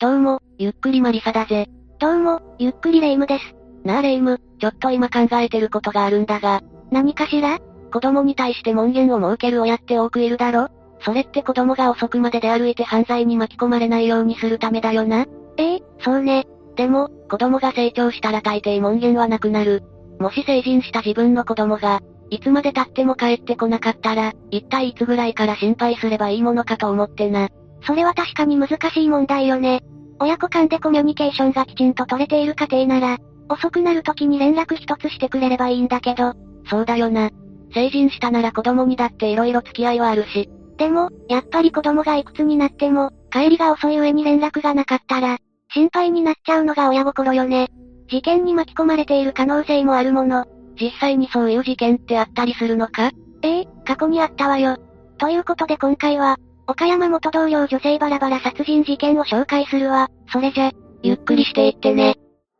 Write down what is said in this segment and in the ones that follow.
どうも、ゆっくりマリサだぜ。 どうも、ゆっくりレ夢ムです。 なあレ夢ム、ちょっと今考えてることがあるんだが。 何かしら？ 子供に対して門限を設ける親って多くいるだろ？それって子供が遅くまで出歩いて犯罪に巻き込まれないようにするためだよな。 そうね。 でも、子供が成長したら大抵門限はなくなる。もし成人した自分の子供が、いつまで経っても帰ってこなかったら、一体いつぐらいから心配すればいいものかと思ってな。 それは確かに難しい問題よね。親子間でコミュニケーションがきちんと取れている家庭なら、遅くなる時に連絡一つしてくれればいいんだけど。 そうだよな。成人したなら子供にだって色々付き合いはあるし。 でも、やっぱり子供がいくつになっても、帰りが遅い上に連絡がなかったら、心配になっちゃうのが親心よね。事件に巻き込まれている可能性もあるもの。 実際にそういう事件ってあったりするのか？ 過去にあったわよ。ということで今回は、岡山元同僚女性バラバラ殺人事件を紹介するわ。それじゃ、 ゆっくりしていってね。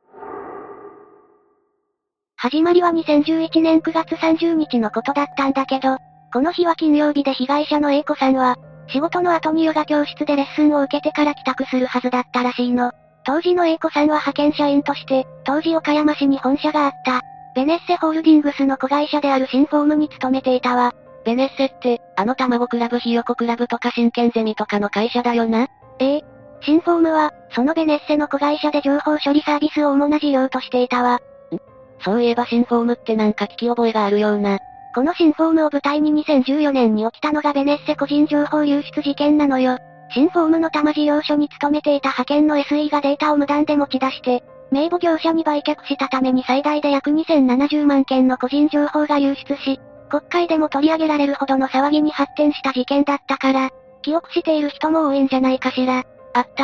始まりは2011年9月30日のことだったんだけど、この日は金曜日で被害者の A 子さんは、仕事の後にヨガ教室でレッスンを受けてから帰宅するはずだったらしいの。当時の A 子さんは派遣社員として、当時岡山市に本社があった、ベネッセホールディングスの子会社であるシンフォームに勤めていたわ。 ベネッセって、卵クラブひよこクラブとか真剣ゼミとかの会社だよな。 シンフォームは、そのベネッセの子会社で情報処理サービスを主な事業としていたわ。 そういえばシンフォームってなんか聞き覚えがあるような。 このシンフォームを舞台に2014年に起きたのがベネッセ個人情報流出事件なのよ。シンフォームの多摩事業所に勤めていた派遣の SE がデータを無断で持ち出して、名簿業者に売却したために最大で約2070万件の個人情報が流出し、国会でも取り上げられるほどの騒ぎに発展した事件だったから、記憶している人も多いんじゃないかしら。 あった、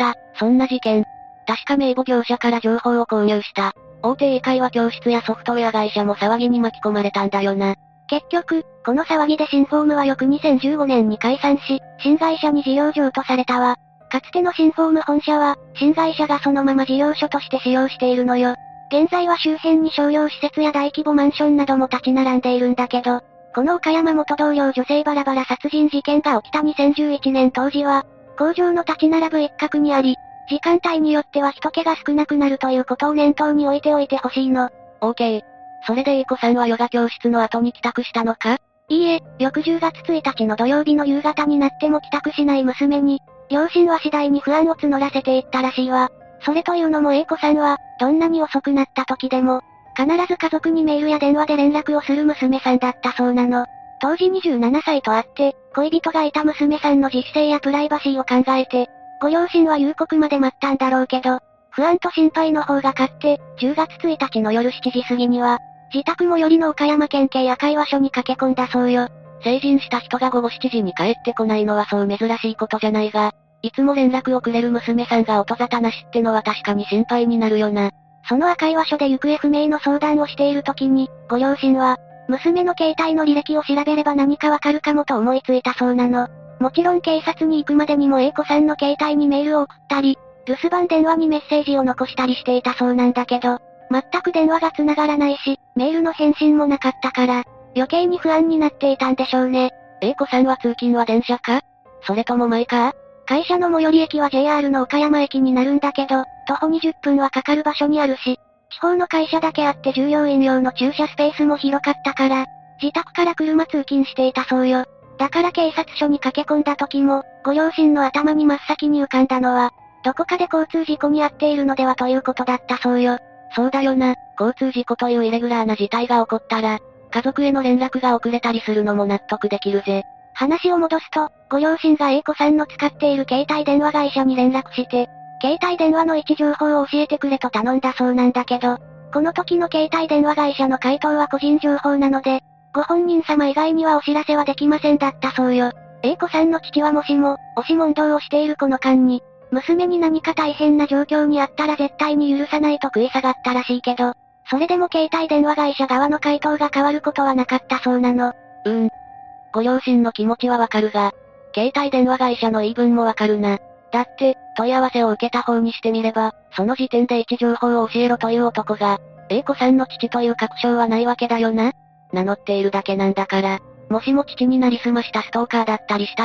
そんな事件。確か名簿業者から情報を購入した。大手英会話教室やソフトウェア会社も騒ぎに巻き込まれたんだよな。 結局、この騒ぎでシンフォームは翌2015年に解散し、新会社に事業譲渡されたわ。かつてのシンフォーム本社は、新会社がそのまま事業所として使用しているのよ。現在は周辺に商業施設や大規模マンションなども立ち並んでいるんだけど、この岡山元同僚女性バラバラ殺人事件が起きた2011年当時は、工場の立ち並ぶ一角にあり、時間帯によっては人気が少なくなるということを念頭に置いておいてほしいの。 OK。それで A 子さんはヨガ教室の後に帰宅したのか？ いいえ、翌10月1日の土曜日の夕方になっても帰宅しない娘に、両親は次第に不安を募らせていったらしいわ。それというのも A 子さんは、どんなに遅くなった時でも、必ず家族にメールや電話で連絡をする娘さんだったそうなの。当時27歳とあって、恋人がいた娘さんの自主性やプライバシーを考えて、ご両親は夕刻まで待ったんだろうけど、不安と心配の方が勝って、10月1日の夜7時過ぎには、自宅最寄りの岡山県警赤岩署に駆け込んだそうよ。 成人した人が午後7時に帰ってこないのはそう珍しいことじゃないが、いつも連絡をくれる娘さんが音沙汰なしってのは確かに心配になるよな。 その赤岩署で行方不明の相談をしている時に、ご両親は、娘の携帯の履歴を調べれば何かわかるかもと思いついたそうなの。もちろん警察に行くまでにも A 子さんの携帯にメールを送ったり、留守番電話にメッセージを残したりしていたそうなんだけど、全く電話が繋がらないし、メールの返信もなかったから、余計に不安になっていたんでしょうね。 A 子さんは通勤は電車か？それともマイカー？ 会社の最寄り駅は JR の岡山駅になるんだけど、徒歩20分はかかる場所にあるし、地方の会社だけあって従業員用の駐車スペースも広かったから、自宅から車通勤していたそうよ。だから警察署に駆け込んだ時も、ご両親の頭に真っ先に浮かんだのは、どこかで交通事故に遭っているのではということだったそうよ。 そうだよな、交通事故というイレギュラーな事態が起こったら、家族への連絡が遅れたりするのも納得できるぜ。 話を戻すと、ご両親が A 子さんの使っている携帯電話会社に連絡して、携帯電話の位置情報を教えてくれと頼んだそうなんだけど、この時の携帯電話会社の回答は個人情報なので、ご本人様以外にはお知らせはできませんだったそうよ。A 子さんの父はもしも、押し問答をしているこの間に、娘に何か大変な状況にあったら絶対に許さないと食い下がったらしいけど、それでも携帯電話会社側の回答が変わることはなかったそうなの。 ご両親の気持ちはわかるが、携帯電話会社の言い分もわかるな。だって、問い合わせを受けた方にしてみれば、その時点で位置情報を教えろという男が、A 子さんの父という確証はないわけだよな。名乗っているだけなんだから、もしも父になりすましたストーカーだったりしたら、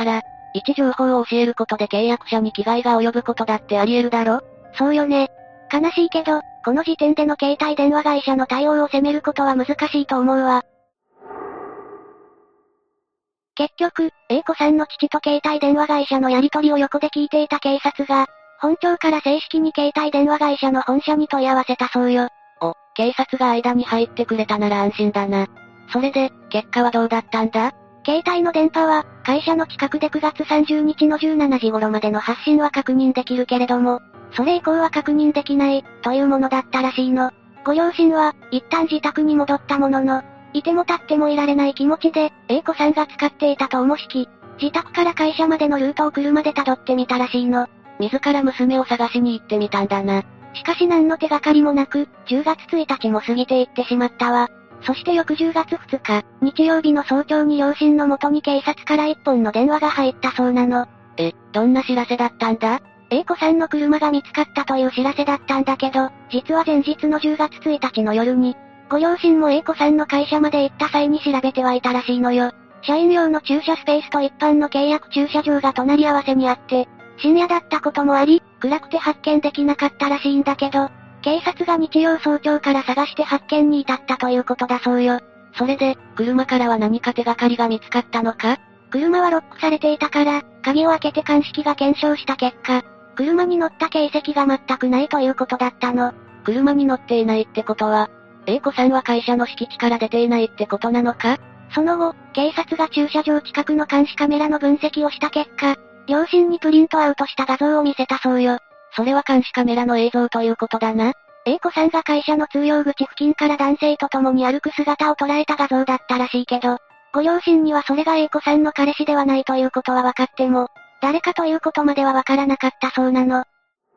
位置情報を教えることで契約者に危害が及ぶことだってあり得るだろ？ そうよね。悲しいけど、この時点での携帯電話会社の対応を責めることは難しいと思うわ。結局、A 子さんの父と携帯電話会社のやり取りを横で聞いていた警察が、本庁から正式に携帯電話会社の本社に問い合わせたそうよ。 お、警察が間に入ってくれたなら安心だな。それで、結果はどうだったんだ？ 携帯の電波は、会社の近くで9月30日の17時頃までの発信は確認できるけれども、それ以降は確認できない、というものだったらしいの。ご両親は、一旦自宅に戻ったものの、いても立ってもいられない気持ちで、A 子さんが使っていたと思しき、自宅から会社までのルートを車で辿ってみたらしいの。 自ら娘を探しに行ってみたんだな。 しかし何の手がかりもなく、10月1日も過ぎていってしまったわ。そして翌10月2日、日曜日の早朝に両親の元に警察から一本の電話が入ったそうなの。 どんな知らせだったんだ？ A 子さんの車が見つかったという知らせだったんだけど、実は前日の10月1日の夜に、ご両親も A 子さんの会社まで行った際に調べてはいたらしいのよ。社員用の駐車スペースと一般の契約駐車場が隣り合わせにあって、深夜だったこともあり、暗くて発見できなかったらしいんだけど、警察が日曜早朝から探して発見に至ったということだそうよ。 それで、車からは何か手がかりが見つかったのか？ 車はロックされていたから、鍵を開けて鑑識が検証した結果、車に乗った形跡が全くないということだったの。 車に乗っていないってことは、A 子さんは会社の敷地から出ていないってことなのか？ その後、警察が駐車場近くの監視カメラの分析をした結果、両親にプリントアウトした画像を見せたそうよ。 それは監視カメラの映像ということだな。 A 子さんが会社の通用口付近から男性と共に歩く姿を捉えた画像だったらしいけど、ご両親にはそれが A 子さんの彼氏ではないということは分かっても、誰かということまでは分からなかったそうなの。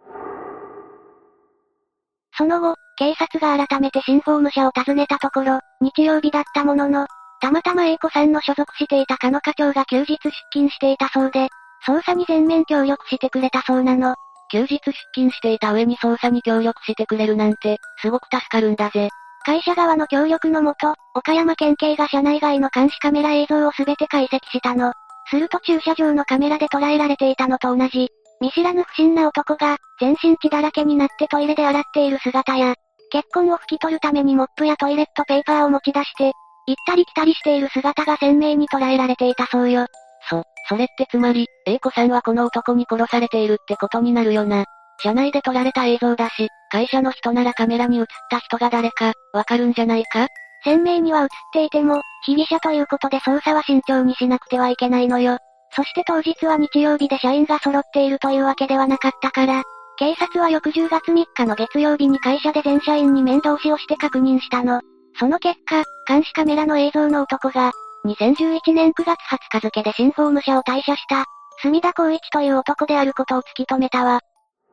その後、警察が改めて新法務社を訪ねたところ、日曜日だったものの、たまたま A 子さんの所属していた課の課長が休日出勤していたそうで、捜査に全面協力してくれたそうなの。 休日出勤していた上に捜査に協力してくれるなんて、すごく助かるんだぜ。 会社側の協力のもと、岡山県警が社内外の監視カメラ映像をすべて解析したの。すると駐車場のカメラで捉えられていたのと同じ、見知らぬ不審な男が、全身血だらけになってトイレで洗っている姿や、血痕を拭き取るためにモップやトイレットペーパーを持ち出して、行ったり来たりしている姿が鮮明に捉えられていたそうよ。 それってつまり、A 子さんはこの男に殺されているってことになるよな。社内で撮られた映像だし、会社の人ならカメラに映った人が誰か、わかるんじゃないか？ 鮮明には映っていても、被疑者ということで捜査は慎重にしなくてはいけないのよ。そして当日は日曜日で社員が揃っているというわけではなかったから、警察は翌10月3日の月曜日に会社で全社員に面通しをして確認したの。その結果、監視カメラの映像の男が、2011年9月20日付で新法務社を退社した、墨田光一という男であることを突き止めたわ。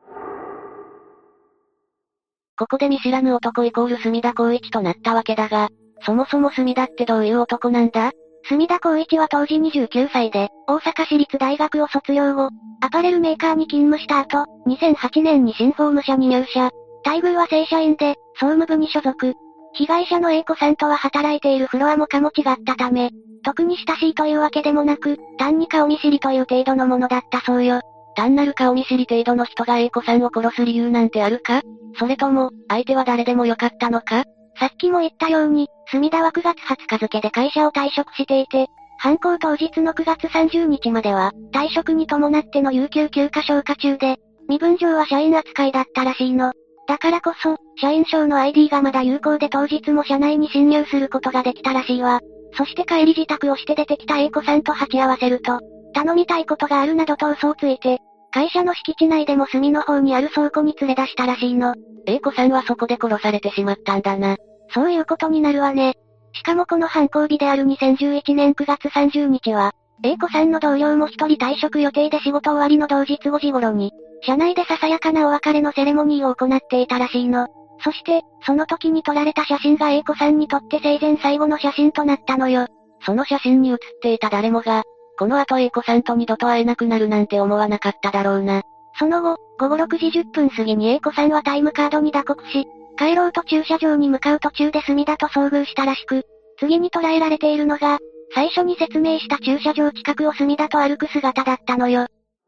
ここで見知らぬ男イコール墨田光一となったわけだが、そもそも墨田ってどういう男なんだ？ 墨田光一は当時29歳で、大阪市立大学を卒業後、アパレルメーカーに勤務した後、2008年に新法務社に入社。待遇は正社員で、総務部に所属。被害者の A 子さんとは働いているフロアもかも違ったため、特に親しいというわけでもなく、単に顔見知りという程度のものだったそうよ。 単なる顔見知り程度の人が A 子さんを殺す理由なんてあるか？それとも、相手は誰でもよかったのか？ さっきも言ったように、墨田は9月20日付で会社を退職していて、犯行当日の9月30日までは、退職に伴っての有給休暇消化中で、身分上は社員扱いだったらしいの。だからこそ、社員証の ID がまだ有効で当日も社内に侵入することができたらしいわ。そして帰り自宅をして出てきた A 子さんと鉢合わせると、頼みたいことがあるなどと嘘をついて、会社の敷地内でも隅の方にある倉庫に連れ出したらしいの。 A 子さんはそこで殺されてしまったんだな。 そういうことになるわね。しかもこの犯行日である2011年9月30日は、A 子さんの同僚も一人退職予定で仕事終わりの同日5時頃に、社内でささやかなお別れのセレモニーを行っていたらしいの。そして、その時に撮られた写真が A 子さんにとって生前最後の写真となったのよ。 その写真に写っていた誰もが、この後 A 子さんと二度と会えなくなるなんて思わなかっただろうな。 その後、午後6時10分過ぎに A 子さんはタイムカードに打刻し、帰ろうと駐車場に向かう途中で墨田と遭遇したらしく、次に捉えられているのが、 最初に説明した駐車場近くを隅田と歩く姿だったのよ。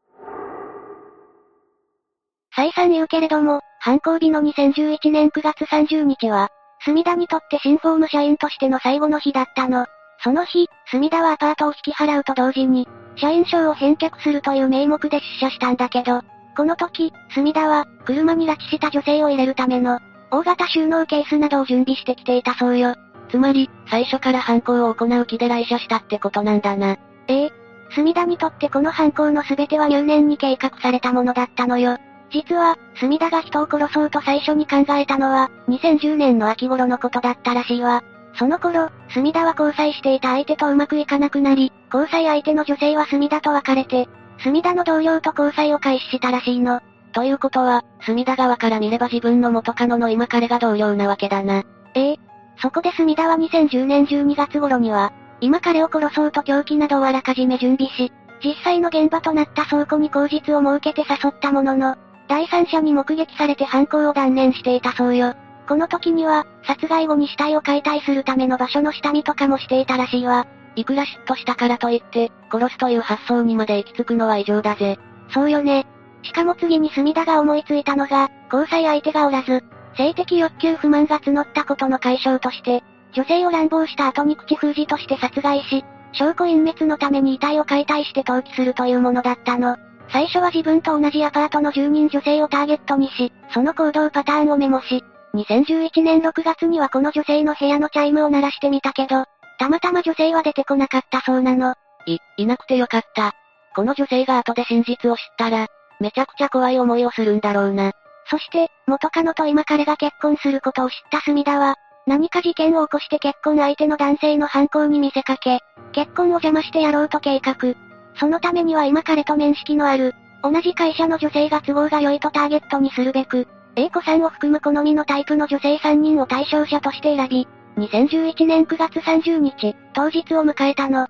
再三言うけれども、犯行日の2011年9月30日は、隅田にとって新フォーム社員としての最後の日だったの。その日、隅田はアパートを引き払うと同時に、社員証を返却するという名目で出社したんだけど、この時、隅田は、車に拉致した女性を入れるための、大型収納ケースなどを準備してきていたそうよ。 つまり、最初から犯行を行う気で来社したってことなんだな。 隅田にとってこの犯行の全ては入念に計画されたものだったのよ。実は、隅田が人を殺そうと最初に考えたのは、2010年の秋頃のことだったらしいわ。その頃、隅田は交際していた相手とうまくいかなくなり、交際相手の女性は隅田と別れて、隅田の同僚と交際を開始したらしいの。 ということは、隅田側から見れば自分の元カノの今彼が同僚なわけだな。 そこで隅田は2010年12月頃には、今彼を殺そうと凶器などをあらかじめ準備し、実際の現場となった倉庫に口実を設けて誘ったものの、第三者に目撃されて犯行を断念していたそうよ。この時には、殺害後に死体を解体するための場所の下見とかもしていたらしいわ。 いくら嫉妬したからといって、殺すという発想にまで行き着くのは異常だぜ。 そうよね。しかも次に隅田が思いついたのが、交際相手がおらず、性的欲求不満が募ったことの解消として、女性を乱暴した後に口封じとして殺害し、証拠隠滅のために遺体を解体して投棄するというものだったの。最初は自分と同じアパートの住人女性をターゲットにし、その行動パターンをメモし、2011年6月にはこの女性の部屋のチャイムを鳴らしてみたけど、たまたま女性は出てこなかったそうなの。 いなくてよかった。この女性が後で真実を知ったら、めちゃくちゃ怖い思いをするんだろうな。 そして、元カノと今彼が結婚することを知った隅田は、何か事件を起こして結婚相手の男性の犯行に見せかけ、結婚を邪魔してやろうと計画。そのためには今彼と面識のある、同じ会社の女性が都合が良いとターゲットにするべく、A子さんを含む好みのタイプの女性3人を対象者として選び、2011年9月30日、当日を迎えたの。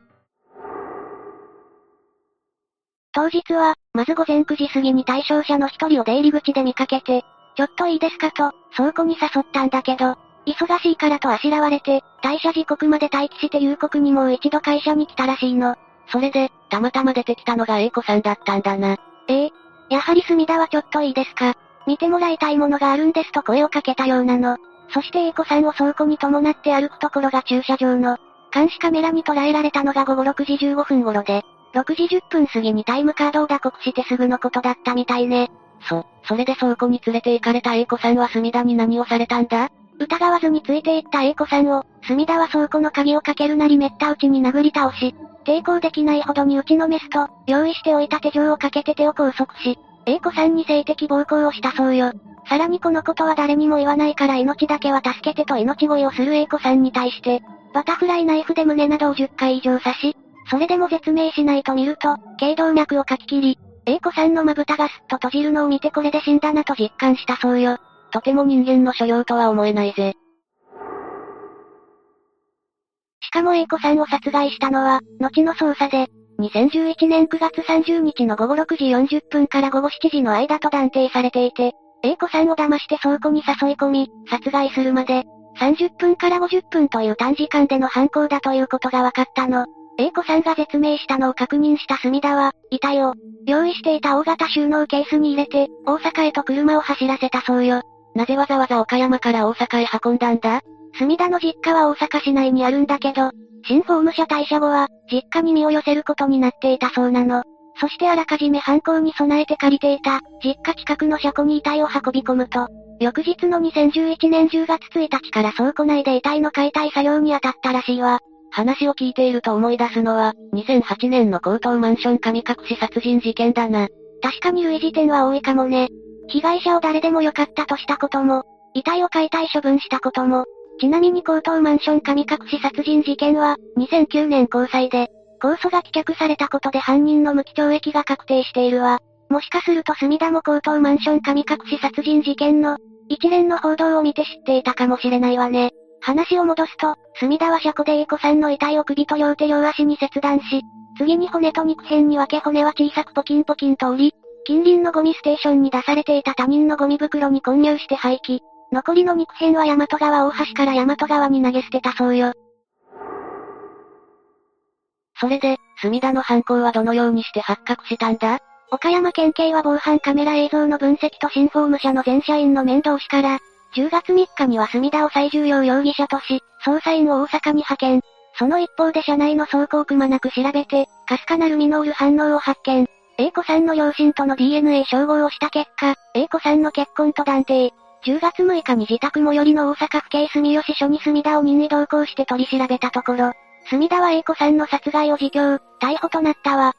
当日は、まず午前9時過ぎに対象者の一人を出入り口で見かけて、ちょっといいですかと、倉庫に誘ったんだけど、忙しいからとあしらわれて、退社時刻まで待機して夕刻にもう一度会社に来たらしいの。 それで、たまたま出てきたのが A 子さんだったんだな。 やはり隅田はちょっといいですか。見てもらいたいものがあるんですと声をかけたようなの。そして A 子さんを倉庫に伴って歩くところが駐車場の、監視カメラに捉えられたのが午後6時15分頃で、6時10分過ぎにタイムカードを打刻してすぐのことだったみたいね。 それで倉庫に連れて行かれた A 子さんは隅田に何をされたんだ？ 疑わずについて行った A 子さんを、隅田は倉庫の鍵をかけるなりめった打ちに殴り倒し、抵抗できないほどに打ちのめすと、用意しておいた手錠をかけて手を拘束し、A 子さんに性的暴行をしたそうよ。さらにこのことは誰にも言わないから命だけは助けてと命乞いをする A 子さんに対して、バタフライナイフで胸などを10回以上刺し、それでも絶命しないと見ると、頸動脈をかき切り、A 子さんのまぶたがすっと閉じるのを見てこれで死んだなと実感したそうよ。 とても人間の所業とは思えないぜ。 しかも A 子さんを殺害したのは、後の捜査で、2011年9月30日の午後6時40分から午後7時の間と断定されていて、A 子さんを騙して倉庫に誘い込み、殺害するまで、30分から50分という短時間での犯行だということが分かったの。A 子さんが絶命したのを確認した隅田は、遺体を、用意していた大型収納ケースに入れて、大阪へと車を走らせたそうよ。 なぜわざわざ岡山から大阪へ運んだんだ？ 隅田の実家は大阪市内にあるんだけど、新フォーム社退社後は、実家に身を寄せることになっていたそうなの。そしてあらかじめ犯行に備えて借りていた、実家近くの車庫に遺体を運び込むと、翌日の2011年10月1日から倉庫内で遺体の解体作業に当たったらしいわ。 話を聞いていると思い出すのは、2008年の高等マンション神隠し殺人事件だな。 確かに類似点は多いかもね。被害者を誰でもよかったとしたことも、遺体を解体処分したことも、ちなみに高等マンション神隠し殺人事件は、2009年高裁で、控訴が棄却されたことで犯人の無期懲役が確定しているわ。もしかすると隅田も高等マンション神隠し殺人事件の、一連の報道を見て知っていたかもしれないわね。話を戻すと、隅田は車庫で A 子さんの遺体を首と両手両足に切断し、次に骨と肉片に分け骨は小さくポキンポキンと折り、近隣のゴミステーションに出されていた他人のゴミ袋に混入して廃棄。残りの肉片は大和川大橋から大和川に投げ捨てたそうよ。 それで、墨田の犯行はどのようにして発覚したんだ？ 岡山県警は防犯カメラ映像の分析と新フォーム社の全社員の面倒しから、10月3日には墨田を最重要容疑者とし、捜査員を大阪に派遣。その一方で車内の倉庫をくまなく調べて、かすかなルミノール反応を発見。A 子さんの両親との DNA 照合をした結果、A 子さんの結婚と断定。10月6日に自宅最寄りの大阪府警住吉署に墨田を任意同行して取り調べたところ、墨田は A 子さんの殺害を自供、逮捕となったわ。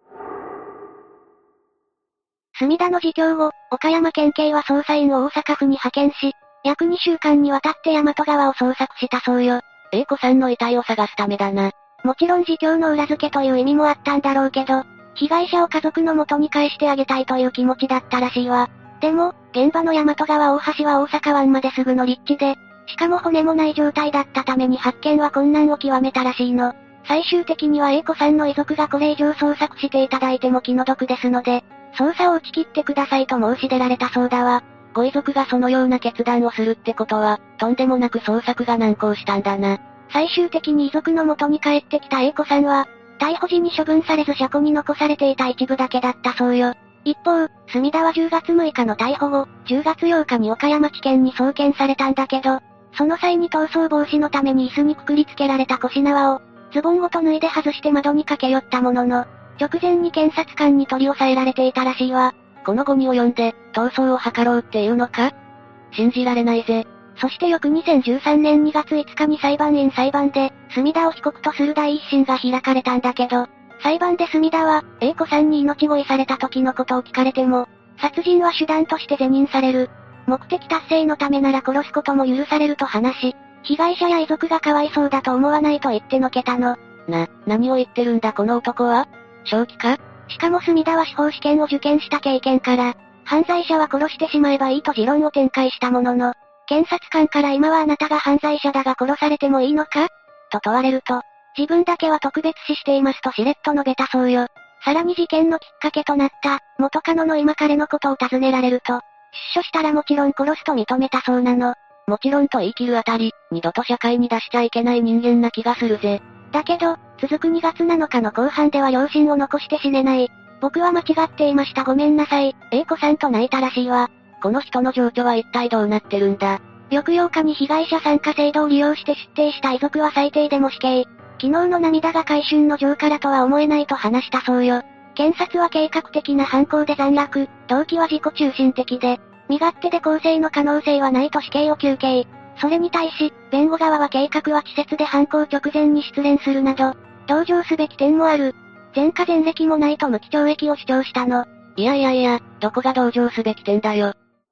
墨田の自供後、岡山県警は捜査員を大阪府に派遣し、約2週間にわたって大和川を捜索したそうよ。 A 子さんの遺体を探すためだな。 もちろん自供の裏付けという意味もあったんだろうけど、被害者を家族の元に返してあげたいという気持ちだったらしいわ。でも、現場の大和川大橋は大阪湾まですぐの立地で、しかも骨もない状態だったために発見は困難を極めたらしいの。最終的には A 子さんの遺族がこれ以上捜索していただいても気の毒ですので、捜査を打ち切ってくださいと申し出られたそうだわ。 ご遺族がそのような決断をするってことは、とんでもなく捜索が難航したんだな。 最終的に遺族の元に帰ってきた A 子さんは、逮捕時に処分されず車庫に残されていた一部だけだったそうよ。一方、墨田は10月6日の逮捕後、10月8日に岡山地検に送検されたんだけど、その際に逃走防止のために椅子にくくりつけられた腰縄を、ズボンごと脱いで外して窓に駆け寄ったものの、直前に検察官に取り押さえられていたらしいわ。 この後に及んで、逃走を図ろうっていうのか？信じられないぜ。 そして翌2013年2月5日に裁判員裁判で、墨田を被告とする第一審が開かれたんだけど、裁判で墨田は、A 子さんに命乞いされた時のことを聞かれても、殺人は手段として是認される。目的達成のためなら殺すことも許されると話し、被害者や遺族がかわいそうだと思わないと言ってのけたの。 何を言ってるんだこの男は？正気か？ しかも墨田は司法試験を受験した経験から、犯罪者は殺してしまえばいいと持論を展開したものの、検察官から今はあなたが犯罪者だが殺されてもいいのかと問われると、自分だけは特別視していますとしれっと述べたそうよ。さらに事件のきっかけとなった、元カノの今彼のことを尋ねられると、出所したらもちろん殺すと認めたそうなの。 もちろんと言い切るあたり、二度と社会に出しちゃいけない人間な気がするぜ。 だけど、続く2月7日の公判では両親を残して死ねない。僕は間違っていましたごめんなさい、A 子さんと泣いたらしいわ。 この人の情緒は一体どうなってるんだ？ 翌8日に被害者参加制度を利用して出廷した遺族は最低でも死刑。昨日の涙が回春の情からとは思えないと話したそうよ。検察は計画的な犯行で残虐、動機は自己中心的で、身勝手で公正の可能性はないと死刑を求刑。それに対し、弁護側は計画は稚拙で犯行直前に失恋するなど、同情すべき点もある。前科前歴もないと無期懲役を主張したの。 いや、どこが同情すべき点だよ。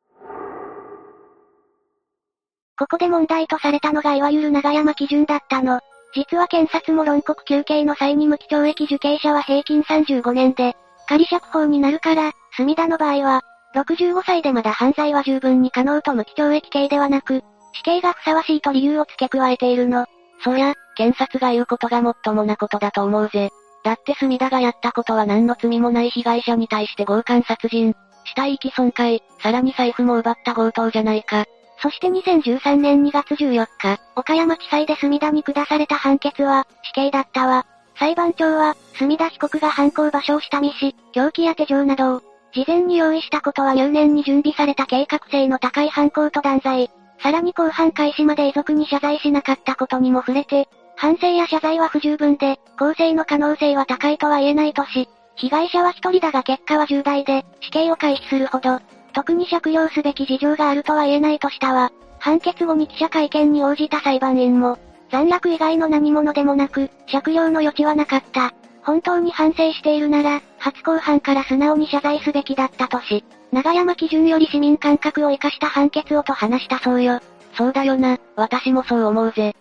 ここで問題とされたのがいわゆる永山基準だったの。実は検察も論告求刑の際に無期懲役受刑者は平均35年で、仮釈放になるから、墨田の場合は、65歳でまだ犯罪は十分に可能と無期懲役刑ではなく、死刑がふさわしいと理由を付け加えているの。 そりゃ、検察が言うことがもっともなことだと思うぜ。だって墨田がやったことは何の罪もない被害者に対して強姦殺人、死体遺棄損壊、さらに財布も奪った強盗じゃないか。 そして2013年2月14日、岡山地裁で墨田に下された判決は、死刑だったわ。裁判長は、墨田被告が犯行場所を下見し、凶器や手錠などを、事前に用意したことは入念に準備された計画性の高い犯行と断罪。さらに公判開始まで遺族に謝罪しなかったことにも触れて、反省や謝罪は不十分で、更生の可能性は高いとは言えないとし、被害者は一人だが結果は重大で、死刑を回避するほど、特に酌量すべき事情があるとは言えないとしたわ。判決後に記者会見に応じた裁判員も、残虐以外の何者でもなく、酌量の余地はなかった。本当に反省しているなら、初公判から素直に謝罪すべきだったとし、永山基準より市民感覚を生かした判決をと話したそうよ。 そうだよな、私もそう思うぜ。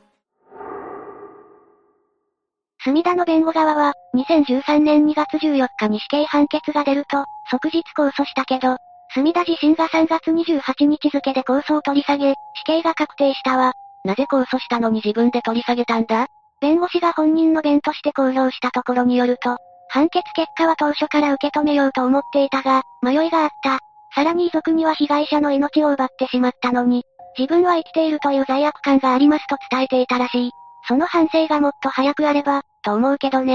墨田の弁護側は、2013年2月14日に死刑判決が出ると、即日控訴したけど、墨田自身が3月28日付で控訴を取り下げ、死刑が確定したわ。 なぜ控訴したのに自分で取り下げたんだ？ 弁護士が本人の弁として公表したところによると、判決結果は当初から受け止めようと思っていたが、迷いがあった。さらに遺族には被害者の命を奪ってしまったのに、自分は生きているという罪悪感がありますと伝えていたらしい。その反省がもっと早くあれば、と思うけどね。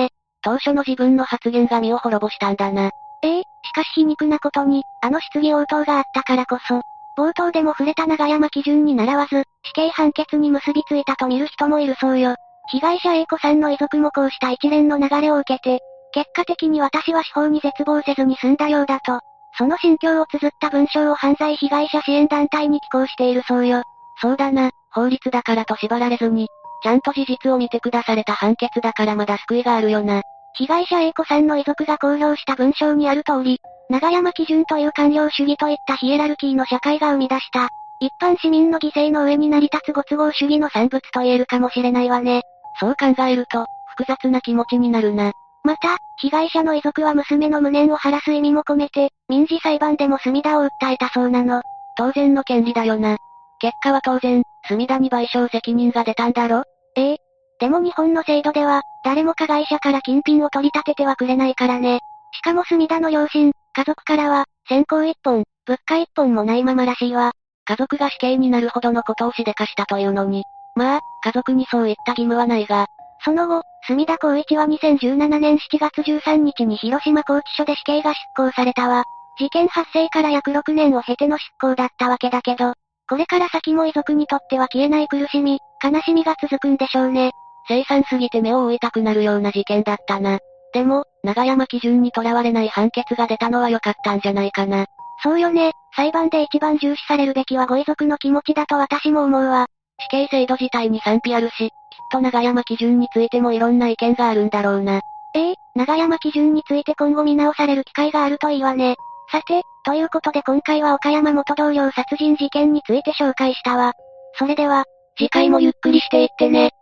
当初の自分の発言が身を滅ぼしたんだな。 しかし皮肉なことに、質疑応答があったからこそ、冒頭でも触れた永山基準に倣わず、死刑判決に結びついたと見る人もいるそうよ。被害者 A 子さんの遺族もこうした一連の流れを受けて、結果的に私は司法に絶望せずに済んだようだと、その心境を綴った文章を犯罪被害者支援団体に寄稿しているそうよ。 そうだな、法律だからと縛られずに、ちゃんと事実を見て下された判決だからまだ救いがあるよな。 被害者 A 子さんの遺族が公表した文章にある通り、永山基準という官僚主義といったヒエラルキーの社会が生み出した、一般市民の犠牲の上に成り立つご都合主義の産物と言えるかもしれないわね。 そう考えると、複雑な気持ちになるな。 また、被害者の遺族は娘の無念を晴らす意味も込めて、民事裁判でも隅田を訴えたそうなの。 当然の権利だよな。結果は当然、隅田に賠償責任が出たんだろ？ でも日本の制度では、誰も加害者から金品を取り立ててはくれないからね。しかも隅田の両親、家族からは、線香一本、物価一本もないままらしいわ。 家族が死刑になるほどのことをしでかしたというのに。まあ、家族にそういった義務はないが。 その後、隅田光一は2017年7月13日に広島拘置所で死刑が執行されたわ。事件発生から約6年を経ての執行だったわけだけど、これから先も遺族にとっては消えない苦しみ、悲しみが続くんでしょうね。 凄惨すぎて目を覆いたくなるような事件だったな。でも、永山基準にとらわれない判決が出たのは良かったんじゃないかな。 そうよね、裁判で一番重視されるべきはご遺族の気持ちだと私も思うわ。 死刑制度自体に賛否あるし、きっと永山基準についてもいろんな意見があるんだろうな。 永山基準について今後見直される機会があるといいわね。さて、ということで今回は岡山元同僚殺人事件について紹介したわ。それでは、 次回もゆっくりしていってね。